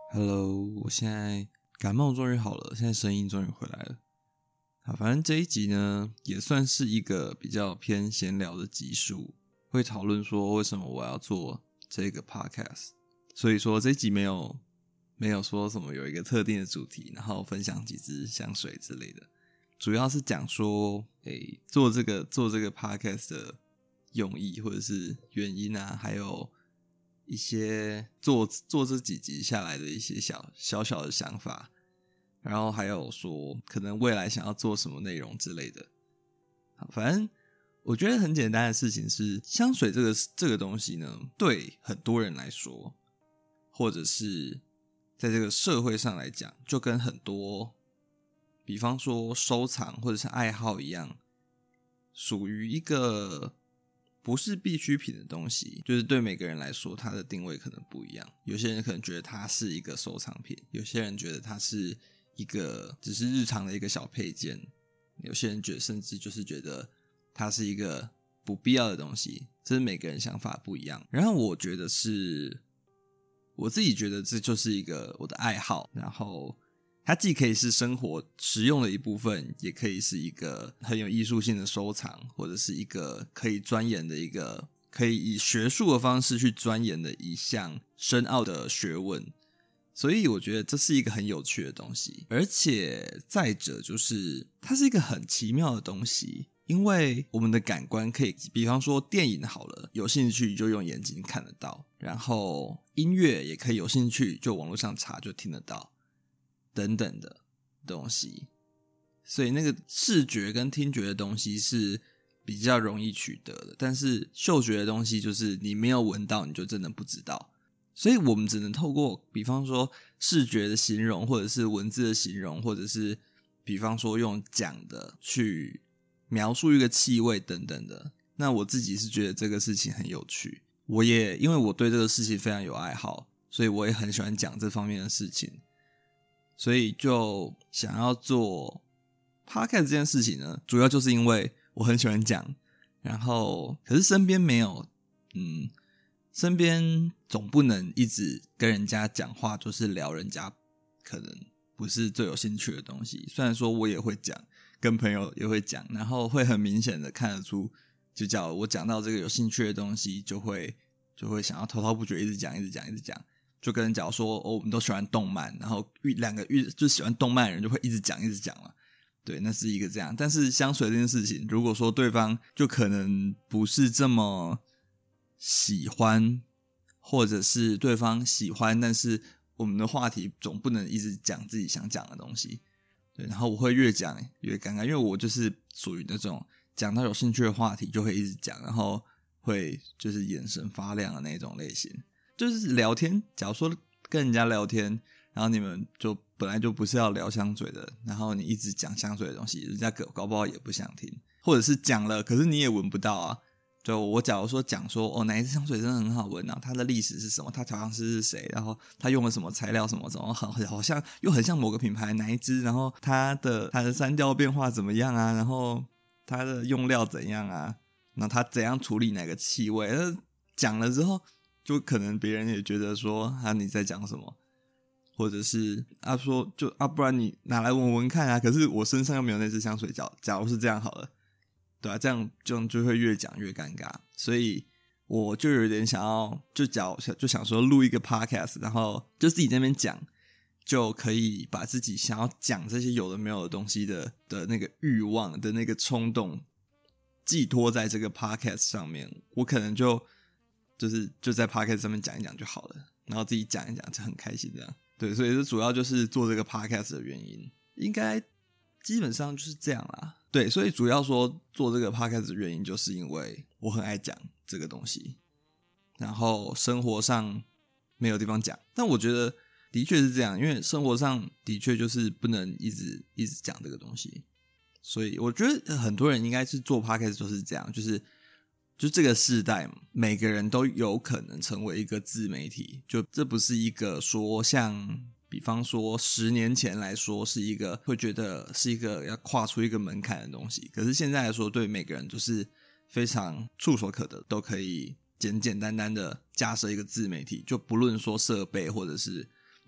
Hello，我现在感冒终于好了，现在声音终于回来了。好，反正这一集呢，也算是一个比较偏闲聊的集数，会讨论说为什么我要做这个 podcast。所以说这一集没有说什么有一个特定的主题，然后分享几支香水之类的，主要是讲说，做这个 podcast 的用意或者是原因啊，还有一些做这几集下来的一些小小的想法，然后还有说可能未来想要做什么内容之类的。好，反正我觉得很简单的事情是，香水这个东西呢，对很多人来说，或者是在这个社会上来讲，就跟很多比方说收藏或者是爱好一样，属于一个不是必需品的东西，就是对每个人来说它的定位可能不一样。有些人可能觉得它是一个收藏品，有些人觉得它是一个只是日常的一个小配件，有些人甚至就是觉得它是一个不必要的东西，这是每个人想法不一样。然后我自己觉得这就是一个我的爱好，然后它既可以是生活实用的一部分，也可以是一个很有艺术性的收藏，或者是一个可以钻研的一个可以以学术的方式去钻研的一项深奥的学问。所以我觉得这是一个很有趣的东西，而且再者就是它是一个很奇妙的东西，因为我们的感官可以，比方说电影好了，有兴趣就用眼睛看得到，然后音乐也可以有兴趣就网络上查就听得到等等的东西，所以那个视觉跟听觉的东西是比较容易取得的，但是嗅觉的东西就是你没有闻到你就真的不知道，所以我们只能透过比方说视觉的形容，或者是文字的形容，或者是比方说用讲的去描述一个气味等等的。那我自己是觉得这个事情很有趣，我也因为我对这个事情非常有爱好，所以我也很喜欢讲这方面的事情，所以就想要做 podcast 这件事情呢，主要就是因为我很喜欢讲，然后可是身边没有身边总不能一直跟人家讲话，就是聊人家可能不是最有兴趣的东西。虽然说我也会讲，跟朋友也会讲，然后会很明显的看得出，就假如我讲到这个有兴趣的东西，就会想要滔滔不绝一直讲，就跟假如说我们都喜欢动漫，然后两个就喜欢动漫的人就会一直讲嘛。对，那是一个这样。但是香水这件事情，如果说对方就可能不是这么喜欢，或者是对方喜欢，但是我们的话题总不能一直讲自己想讲的东西。对，然后我会越讲越尴尬，因为我就是属于那种讲到有兴趣的话题就会一直讲，然后会就是眼神发亮的那种类型。就是聊天，假如说跟人家聊天，然后你们就本来就不是要聊香水的，然后你一直讲香水的东西，人家搞不好也不想听，或者是讲了可是你也闻不到啊。就我假如说讲说哪一支香水真的很好闻啊，它的历史是什么，它调香师是谁，然后它用了什么材料什么好像又很像某个品牌哪一支，然后它的三调变化怎么样啊，然后它的用料怎样啊，然后它怎样处理哪个气味，讲了之后就可能别人也觉得说你在讲什么，或者是说就不然你拿来闻闻看啊，可是我身上又没有那支香水，假如是这样好了，对啊，这样就会越讲越尴尬，所以我就有点想要就想说录一个 podcast， 然后就自己在那边讲，就可以把自己想要讲这些有的没有的东西的那个欲望的那个冲动寄托在这个 podcast 上面，我可能就在 podcast 上面讲一讲就好了，然后自己讲一讲就很开心这样。对，所以这主要就是做这个 podcast 的原因，应该基本上就是这样啦。对，所以主要说做这个 podcast 的原因就是因为我很爱讲这个东西，然后生活上没有地方讲，但我觉得的确是这样，因为生活上的确就是不能一直讲这个东西，所以我觉得很多人应该是做 podcast 都是这样，就这个世代每个人都有可能成为一个自媒体，就这不是一个说像比方说10年前来说是一个会觉得是一个要跨出一个门槛的东西，可是现在来说对每个人就是非常触手可得，都可以简简单单的架设一个自媒体，就不论说设备或者是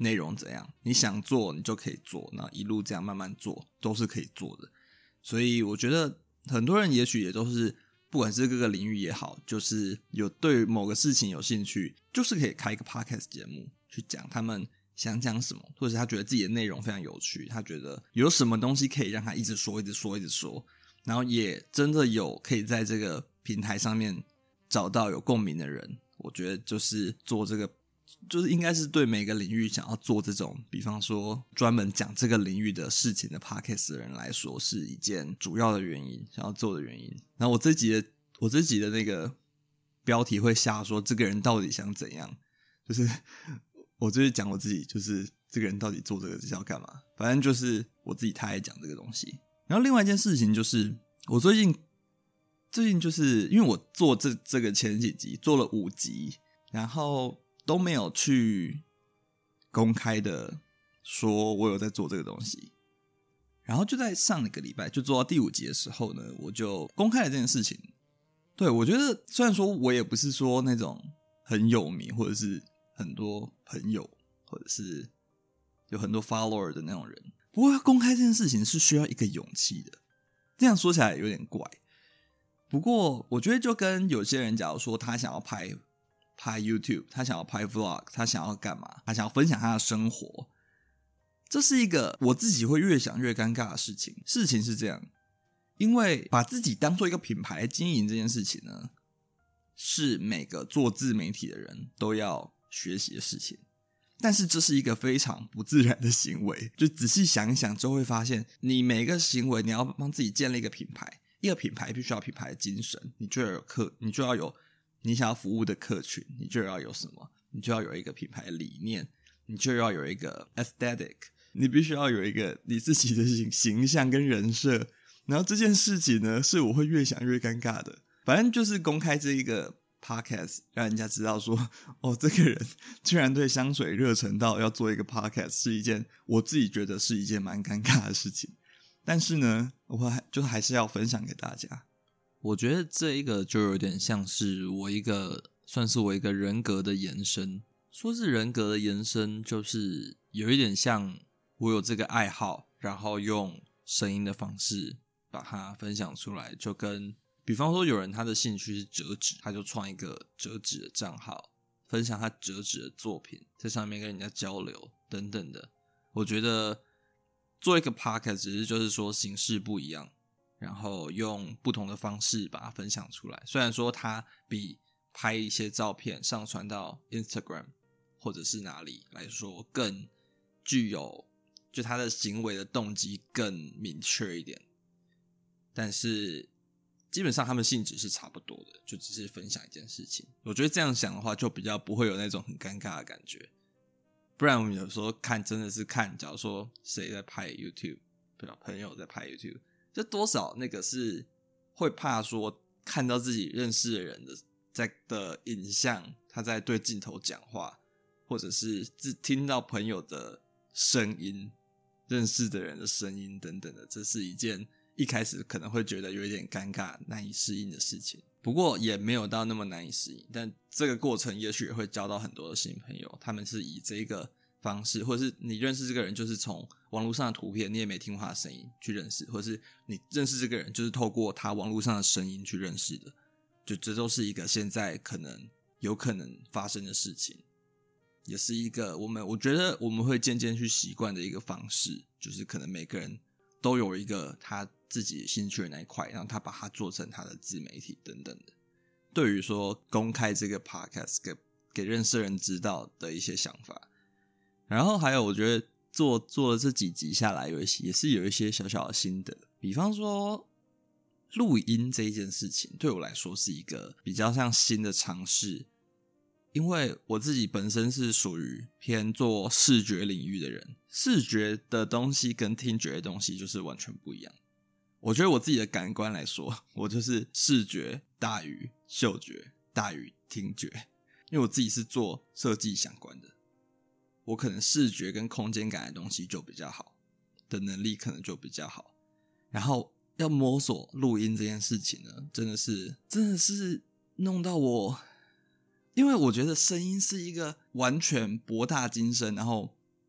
内容怎样，你想做你就可以做，然后一路这样慢慢做都是可以做的。所以我觉得很多人也许也都是不管是各个领域也好，就是有对某个事情有兴趣，就是可以开一个 podcast 节目去讲他们想讲什么，或者是他觉得自己的内容非常有趣，他觉得有什么东西可以让他一直说一直说一直说，然后也真的有可以在这个平台上面找到有共鸣的人。我觉得就是做这个就是应该是对每个领域想要做这种比方说专门讲这个领域的事情的 podcast 的人来说是一件主要的原因，想要做的原因。然后我这集的那个标题会下说这个人到底想怎样，就是我就是讲我自己，就是这个人到底做这个是要干嘛，反正就是我自己太爱讲这个东西。然后另外一件事情就是我最近就是因为我做这个前几集做了5集，然后都没有去公开的说我有在做这个东西，然后就在上一个礼拜就做到第5集的时候呢，我就公开了这件事情。对，我觉得虽然说我也不是说那种很有名或者是很多朋友或者是有很多 follower 的那种人，不过要公开这件事情是需要一个勇气的。这样说起来有点怪，不过我觉得就跟有些人假如说他想要拍 YouTube， 他想要拍 vlog， 他想要干嘛，他想要分享他的生活，这是一个我自己会越想越尴尬的事情。事情是这样，因为把自己当做一个品牌经营这件事情呢，是每个做自媒体的人都要学习的事情，但是这是一个非常不自然的行为。就仔细想一想就会发现，你每个行为你要帮自己建立一个品牌，一个品牌必须要有品牌的精神，你就要有你想要服务的客群，你就要有什么，你就要有一个品牌的理念，你就要有一个 aesthetic， 你必须要有一个你自己的形象跟人设。然后这件事情呢，是我会越想越尴尬的。反正就是公开这一个 podcast， 让人家知道说，哦，这个人居然对香水热忱到要做一个 podcast， 是一件我自己觉得是一件蛮尴尬的事情。但是呢，我还是要分享给大家。我觉得这一个就有点像是算是我一个人格的延伸。说是人格的延伸，就是有一点像我有这个爱好，然后用声音的方式把它分享出来，就跟比方说有人他的兴趣是折纸，他就创一个折纸的账号，分享他折纸的作品，在上面跟人家交流等等的。我觉得做一个 podcast 只是就是说形式不一样，然后用不同的方式把它分享出来。虽然说它比拍一些照片上传到 Instagram 或者是哪里来说更具有就他的行为的动机更明确一点，但是基本上他们性质是差不多的，就只是分享一件事情。我觉得这样想的话就比较不会有那种很尴尬的感觉。不然我们有时候看真的是看假如说谁在拍 YouTube， 朋友在拍 YouTube， 就多少那个是会怕说看到自己认识的人的影像，他在对镜头讲话，或者是听到朋友的声音，认识的人的声音等等的，这是一件一开始可能会觉得有一点尴尬难以适应的事情。不过也没有到那么难以适应，但这个过程也许也会交到很多的新朋友，他们是以这个方式，或者是你认识这个人就是从网络上的图片，你也没听过他的声音去认识，或者是你认识这个人就是透过他网络上的声音去认识的，就这都是一个现在有可能发生的事情，也是一个我觉得我们会渐渐去习惯的一个方式，就是可能每个人都有一个他自己兴趣的那一块，然后他把它做成他的自媒体等等的。对于说公开这个 podcast 给认识的人知道的一些想法，然后还有我觉得做了这几集下来也是有一些小小的心得。比方说录音这一件事情对我来说是一个比较像新的尝试，因为我自己本身是属于偏做视觉领域的人，视觉的东西跟听觉的东西就是完全不一样。我觉得我自己的感官来说，我就是视觉大于嗅觉大于听觉，因为我自己是做设计相关的，我可能视觉跟空间感的东西就比较好，的能力可能就比较好。然后要摸索录音这件事情呢，真的是弄到我，因为我觉得声音是一个完全博大精深，然后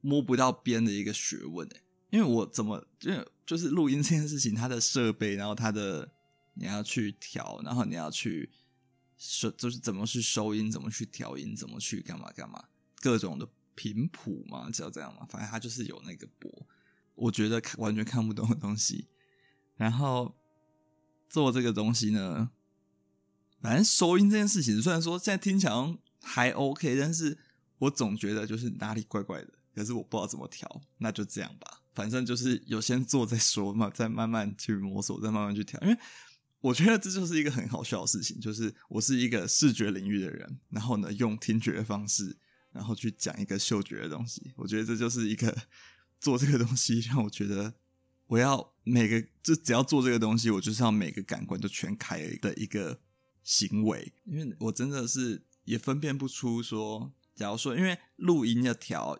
摸不到边的一个学问因为我怎么就是录音这件事情，它的设备，然后它的你要去调，然后你要去就是怎么去收音，怎么去调音，怎么去干嘛干嘛，各种的频谱嘛，只要这样嘛，反正它就是有那个波，我觉得完全看不懂的东西。然后做这个东西呢，反正收音这件事情，虽然说现在听起来还 OK， 但是我总觉得就是哪里怪怪的，可是我不知道怎么调，那就这样吧，反正就是有先做再说嘛，再慢慢去摸索，再慢慢去调。因为我觉得这就是一个很好笑的事情，就是我是一个视觉领域的人，然后呢用听觉的方式，然后去讲一个嗅觉的东西，我觉得这就是一个做这个东西让我觉得我要就只要做这个东西，我就是要每个感官都全开的一个行为。因为我真的是也分辨不出说，假如说因为录音要调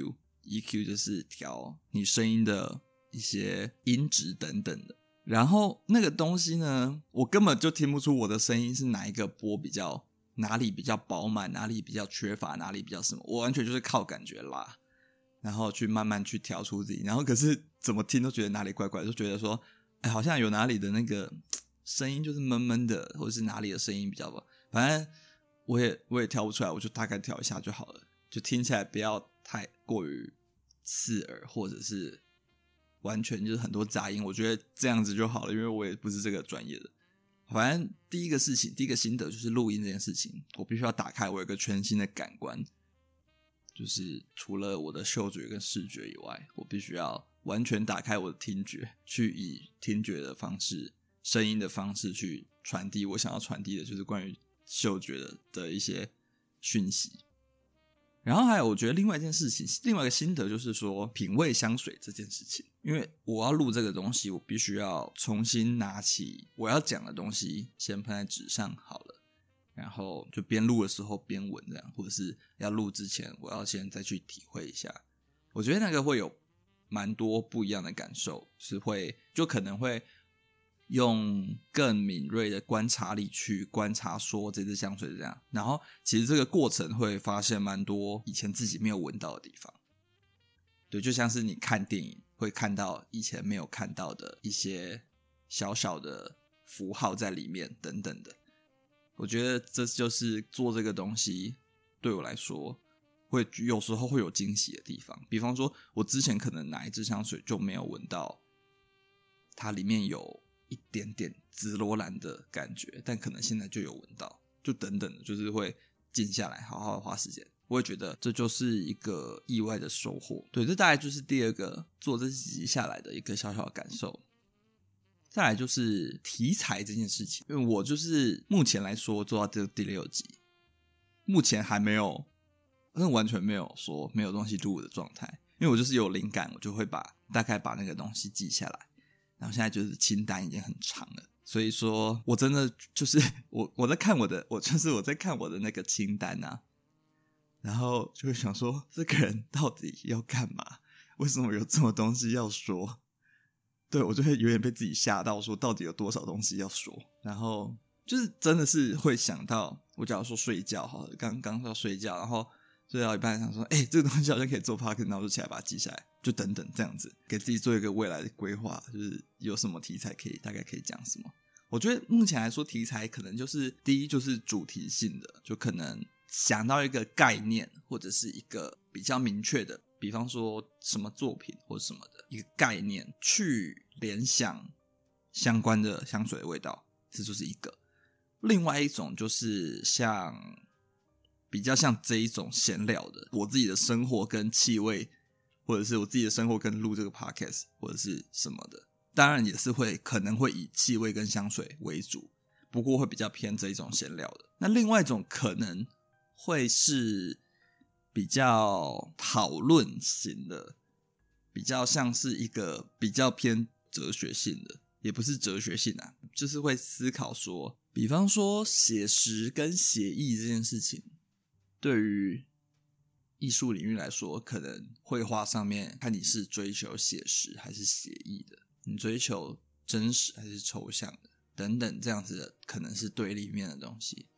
EQ 就是调你声音的一些音质等等的，然后那个东西呢，我根本就听不出我的声音是哪一个波哪里比较饱满，哪里比较缺乏，哪里比较什么，我完全就是靠感觉拉，然后去慢慢去调出自己。然后可是怎么听都觉得哪里怪怪，就觉得说好像有哪里的那个声音就是闷闷的，或者是哪里的声音比较不，反正我也调不出来，我就大概调一下就好了，就听起来不要太过于刺耳，或者是完全就是很多杂音，我觉得这样子就好了，因为我也不是这个专业的。反正第一个心得就是录音这件事情，我必须要打开我有一个全新的感官，就是除了我的嗅觉跟视觉以外，我必须要完全打开我的听觉，去以听觉的方式、声音的方式去传递我想要传递的，就是关于嗅觉的一些讯息。然后还有我觉得另外一件事情，另外一个心得就是说品味香水这件事情，因为我要录这个东西，我必须要重新拿起我要讲的东西，先喷在纸上好了，然后就边录的时候边闻这样，或者是要录之前我要先再去体会一下，我觉得那个会有蛮多不一样的感受，就可能会用更敏锐的观察力去观察说这支香水是这样，然后其实这个过程会发现蛮多以前自己没有闻到的地方。对，就像是你看电影会看到以前没有看到的一些小小的符号在里面等等的。我觉得这就是做这个东西对我来说有时候会有惊喜的地方。比方说我之前可能哪一支香水就没有闻到它里面有一点点紫罗兰的感觉，但可能现在就有闻到，就等等的，就是会静下来好好的花时间。我也觉得这就是一个意外的收获。对，这大概就是第二个做这几集下来的一个小小的感受。再来就是题材这件事情，因为我就是目前来说做到这第6集，目前还没有完全没有说没有东西录的状态，因为我就是有灵感，我就会大概把那个东西记下来，然后现在就是清单已经很长了，所以说我真的就是我在看我在看我的那个清单啊，然后就会想说这个人到底要干嘛，为什么有这么东西要说。对，我就会有点被自己吓到，说到底有多少东西要说，然后就是真的是会想到，我假如说睡觉好了，刚要睡觉，然后睡到一半想说这个东西好像可以做 podcast， 然后就起来把它记下来，就等等这样子，给自己做一个未来的规划，就是有什么题材大概可以讲什么。我觉得目前来说题材可能就是第一就是主题性的，就可能想到一个概念或者是一个比较明确的，比方说什么作品或什么的一个概念，去联想相关的香水的味道，这就是一个。另外一种就是比较像这一种闲聊的，我自己的生活跟气味，或者是我自己的生活跟录这个 podcast 或者是什么的，当然也是可能会以气味跟香水为主，不过会比较偏这一种闲聊的。那另外一种可能会是比较讨论型的，比较像是一个比较偏哲学性的，也不是哲学性啊，就是会思考说，比方说写实跟写意这件事情，对于艺术领域来说，可能绘画上面看你是追求写实还是写意的，你追求真实还是抽象的等等，这样子的可能是对立面的东西。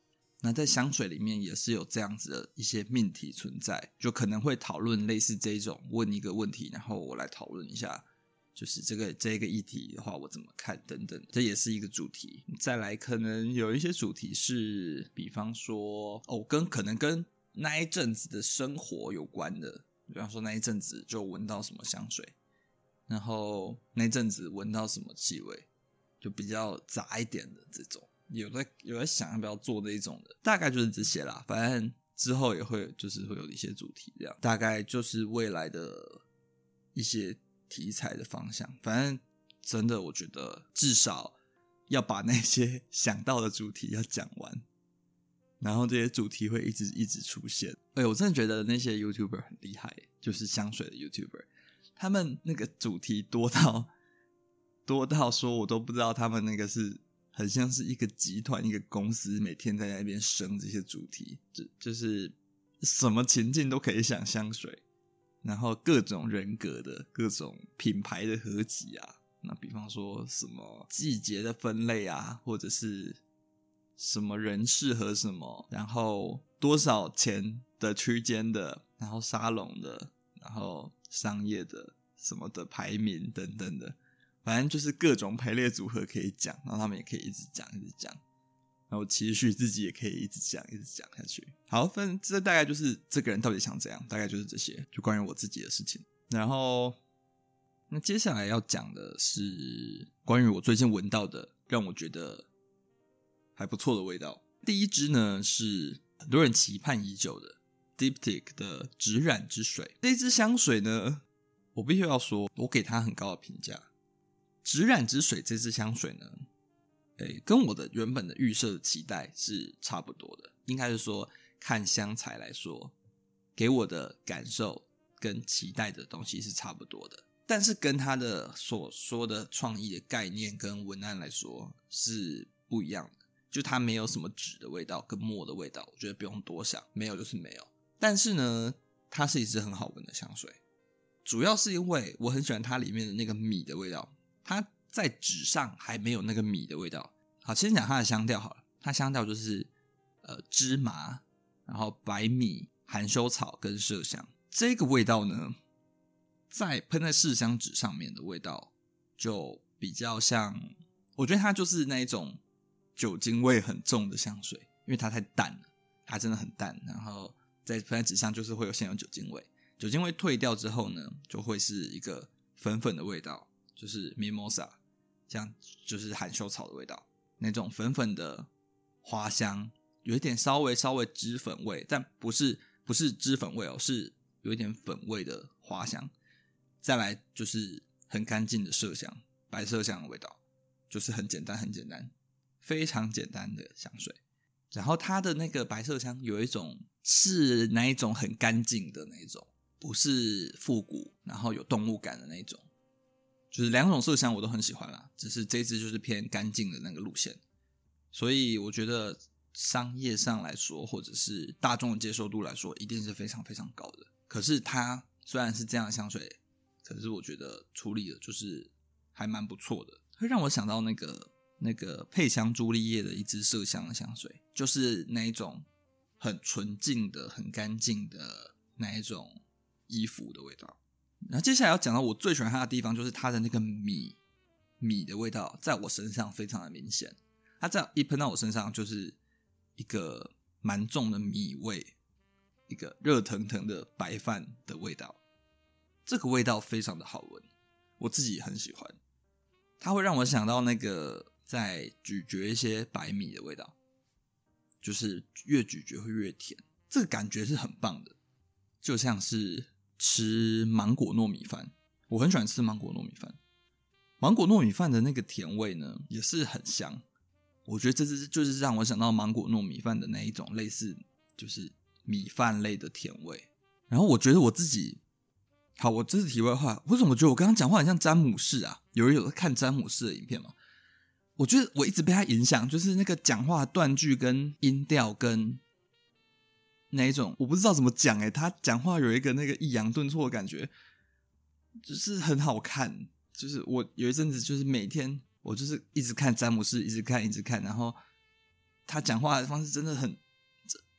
那在香水里面也是有这样子的一些命题存在，就可能会讨论类似这种问一个问题，然后我来讨论一下就是这个议题的话我怎么看等等，这也是一个主题。再来可能有一些主题是比方说可能跟那一阵子的生活有关的，比方说那一阵子就闻到什么香水，然后那一阵子闻到什么气味，就比较杂一点的这种，有在想要不要做这一种的，大概就是这些啦。反正之后也会就是会有一些主题，这样大概就是未来的一些题材的方向。反正真的我觉得至少要把那些想到的主题要讲完，然后这些主题会一直出现。我真的觉得那些 YouTuber 很厉害，就是香水的 YouTuber， 他们那个主题多到说我都不知道他们那个是很像是一个集团一个公司每天在那边生这些主题，就是什么情境都可以想香水，然后各种人格的各种品牌的合集啊，那比方说什么季节的分类啊，或者是什么人适合什么，然后多少钱的区间的，然后沙龙的，然后商业的什么的排名等等的，反正就是各种排列组合可以讲，然后他们也可以一直讲，然后期许自己也可以一直讲下去。好，反正这大概就是这个人到底想怎样，大概就是这些，就关于我自己的事情。然后那接下来要讲的是关于我最近闻到的让我觉得还不错的味道。第一支呢是很多人期盼已久的 Diptyque 的植染之水。这支香水呢，我必须要说我给它很高的评价。植染之水这支香水呢，跟我的原本的预设期待是差不多的，应该是说看香材来说给我的感受跟期待的东西是差不多的，但是跟他的所说的创意的概念跟文案来说是不一样的。就它没有什么纸的味道跟墨的味道，我觉得不用多想，没有就是没有。但是呢，它是一支很好闻的香水，主要是因为我很喜欢它里面的那个米的味道，它在纸上还没有那个米的味道。好，先讲它的香调好了，它香调就是芝麻，然后白米、含羞草跟麝香。这个味道呢，在喷在试香纸上面的味道就比较像，我觉得它就是那一种酒精味很重的香水，因为它太淡了，它真的很淡，然后在喷在纸上就是会先有酒精味，酒精味退掉之后呢，就会是一个粉粉的味道，就是 mimosa， 这样就是含羞草的味道，那种粉粉的花香，有一点稍微脂粉味，但不是脂粉味是有一点粉味的花香。再来就是很干净的麝香，白麝香的味道，就是很简单非常简单的香水。然后它的那个白麝香有一种是那一种很干净的那一种，不是复古然后有动物感的那一种，就是两种麝香我都很喜欢啦，只是这支就是偏干净的那个路线。所以我觉得商业上来说或者是大众的接受度来说一定是非常非常高的。可是它虽然是这样的香水，可是我觉得处理的就是还蛮不错的，会让我想到那个配香朱丽叶的一支麝香的香水，就是那一种很纯净的很干净的那一种衣服的味道。然后接下来要讲到我最喜欢它的地方，就是它的那个米的味道在我身上非常的明显，它这样一喷到我身上就是一个蛮重的米味，一个热腾腾的白饭的味道，这个味道非常的好闻，我自己很喜欢。它会让我想到那个在咀嚼一些白米的味道，就是越咀嚼会越甜，这个感觉是很棒的，就像是吃芒果糯米饭。我很喜欢吃芒果糯米饭，芒果糯米饭的那个甜味呢也是很香，我觉得这就是让我想到芒果糯米饭的那一种类似就是米饭类的甜味。然后我觉得我自己，好，我这是题外话，为什么我觉得我刚刚讲话很像詹姆士啊？有人有在看詹姆士的影片吗？我觉得我一直被他影响，就是那个讲话断句跟音调跟那一种我不知道怎么讲他讲话有一个那个抑扬顿挫的感觉，就是很好看。就是我有一阵子就是每天我就是一直看詹姆士，一直看，然后他讲话的方式真的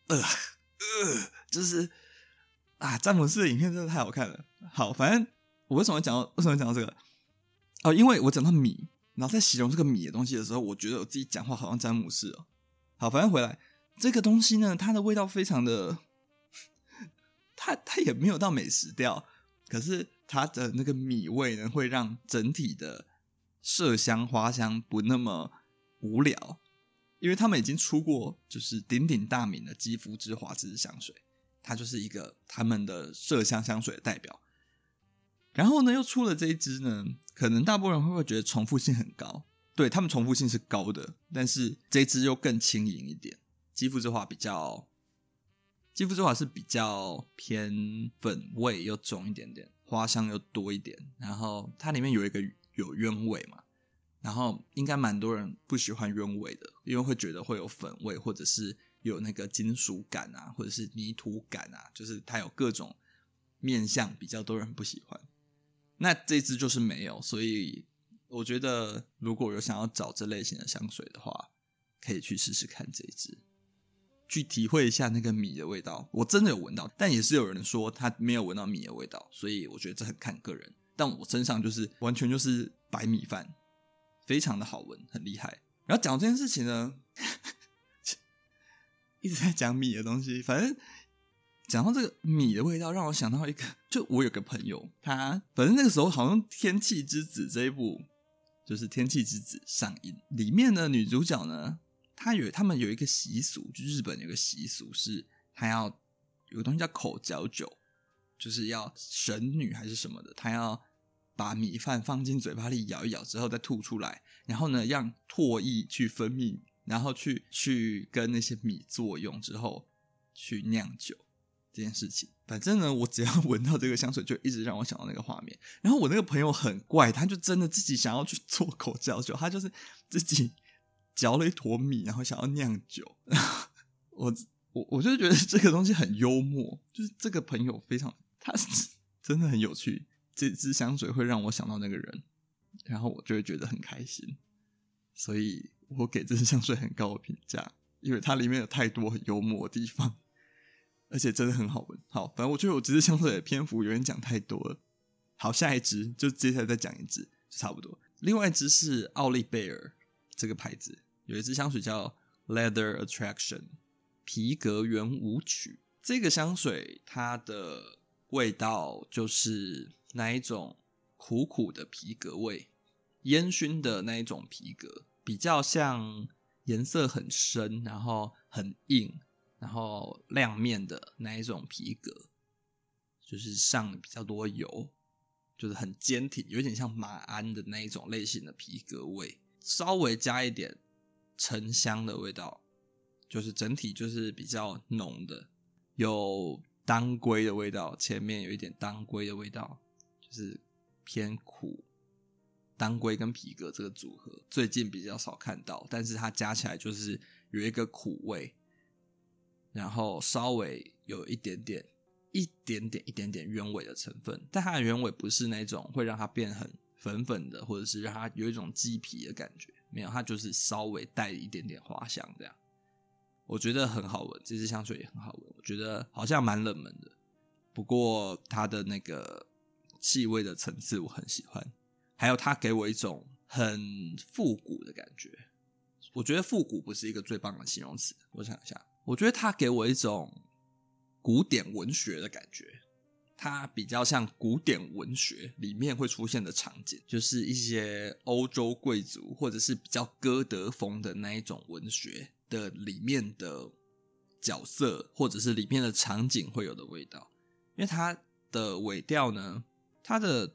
就是詹姆斯的影片真的太好看了。好，反正我为什么讲到这个因为我讲到米，然后在形容这个米的东西的时候，我觉得我自己讲话好像詹姆斯哦。好，反正回来这个东西呢，它的味道非常的，它也没有到美食调，可是它的那个米味呢，会让整体的麝香花香不那么无聊。因为他们已经出过就是鼎鼎大名的肌肤之华这支香水，它就是一个他们的麝香香水的代表。然后呢，又出了这一支呢，可能大部分人会不会觉得重复性很高？对，他们重复性是高的，但是这一支又更轻盈一点。肌肤之华是比较偏粉味又重一点点，花香又多一点，然后它里面有一个有鸢尾嘛。然后应该蛮多人不喜欢鸢尾的，因为会觉得会有粉味，或者是有那个金属感啊，或者是泥土感啊，就是它有各种面向，比较多人不喜欢。那这支就是没有，所以我觉得如果有想要找这类型的香水的话，可以去试试看这一支，去体会一下那个米的味道。我真的有闻到，但也是有人说他没有闻到米的味道，所以我觉得这很看个人。但我身上就是完全就是白米饭。非常的好闻，很厉害。然后讲这件事情呢，一直在讲米的东西。反正讲到这个米的味道，让我想到一个，就我有个朋友，他反正那个时候好像《天气之子》这一部，就是《天气之子》上映，里面的女主角呢，他们有一个习俗，就日本有个习俗是，他要有个东西叫口嚼酒，就是要神女还是什么的，他要把米饭放进嘴巴里咬一咬之后再吐出来，然后呢让唾液去分泌，然后去跟那些米作用之后去酿酒这件事情。反正呢我只要闻到这个香水就一直让我想到那个画面。然后我那个朋友很怪，他就真的自己想要去做口嚼酒，他就是自己嚼了一坨米然后想要酿酒。我就觉得这个东西很幽默，就是这个朋友他是真的很有趣。这支香水会让我想到那个人，然后我就会觉得很开心，所以我给这支香水很高的评价，因为它里面有太多很幽默的地方，而且真的很好闻。好，反正我觉得我这支香水的篇幅有点讲太多了。好，下一支就接下来再讲一支就差不多。另外一支是奥利贝尔这个牌子有一支香水叫 Leather Attraction 皮革圆舞曲。这个香水它的味道就是那一种苦苦的皮革味，烟熏的那一种皮革，比较像颜色很深然后很硬然后亮面的那一种皮革，就是上比较多油，就是很坚挺，有点像马鞍的那一种类型的皮革味，稍微加一点沉香的味道，就是整体就是比较浓的，有当归的味道，前面有一点当归的味道，就是偏苦。当归跟皮革这个组合最近比较少看到，但是它加起来就是有一个苦味，然后稍微有一点点鸢尾的成分，但它的鸢尾不是那种会让它变很粉粉的，或者是让它有一种鸡皮的感觉，没有，它就是稍微带一点点花香这样。我觉得很好闻，这支香水也很好闻，我觉得好像蛮冷门的，不过它的那个气味的层次我很喜欢，还有它给我一种很复古的感觉。我觉得复古不是一个最棒的形容词，我想一下，我觉得它给我一种古典文学的感觉，它比较像古典文学里面会出现的场景，就是一些欧洲贵族或者是比较歌德风的那一种文学的里面的角色或者是里面的场景会有的味道。因为它的尾调呢，它的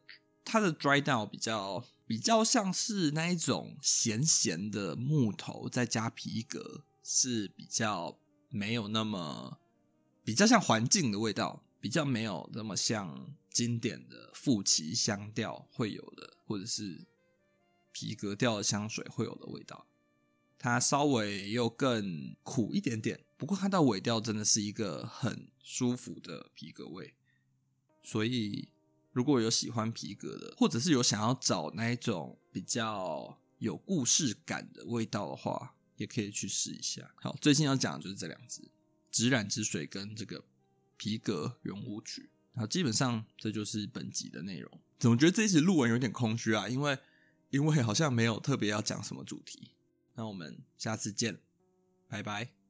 dry down 比较像是那一种咸咸的木头再加皮革，是比较没有那么比较像环境的味道，比较没有那么像经典的富奇香调会有的，或者是皮革调的香水会有的味道。它稍微又更苦一点点，不过它到尾调真的是一个很舒服的皮革味，所以如果有喜欢皮革的，或者是有想要找那一种比较有故事感的味道的话，也可以去试一下。好，最近要讲的就是这两支。 纸染之水跟这个皮革圆舞曲。好，基本上这就是本集的内容。怎么觉得这一集录文有点空虚啊？因为好像没有特别要讲什么主题。那我们下次见，拜拜。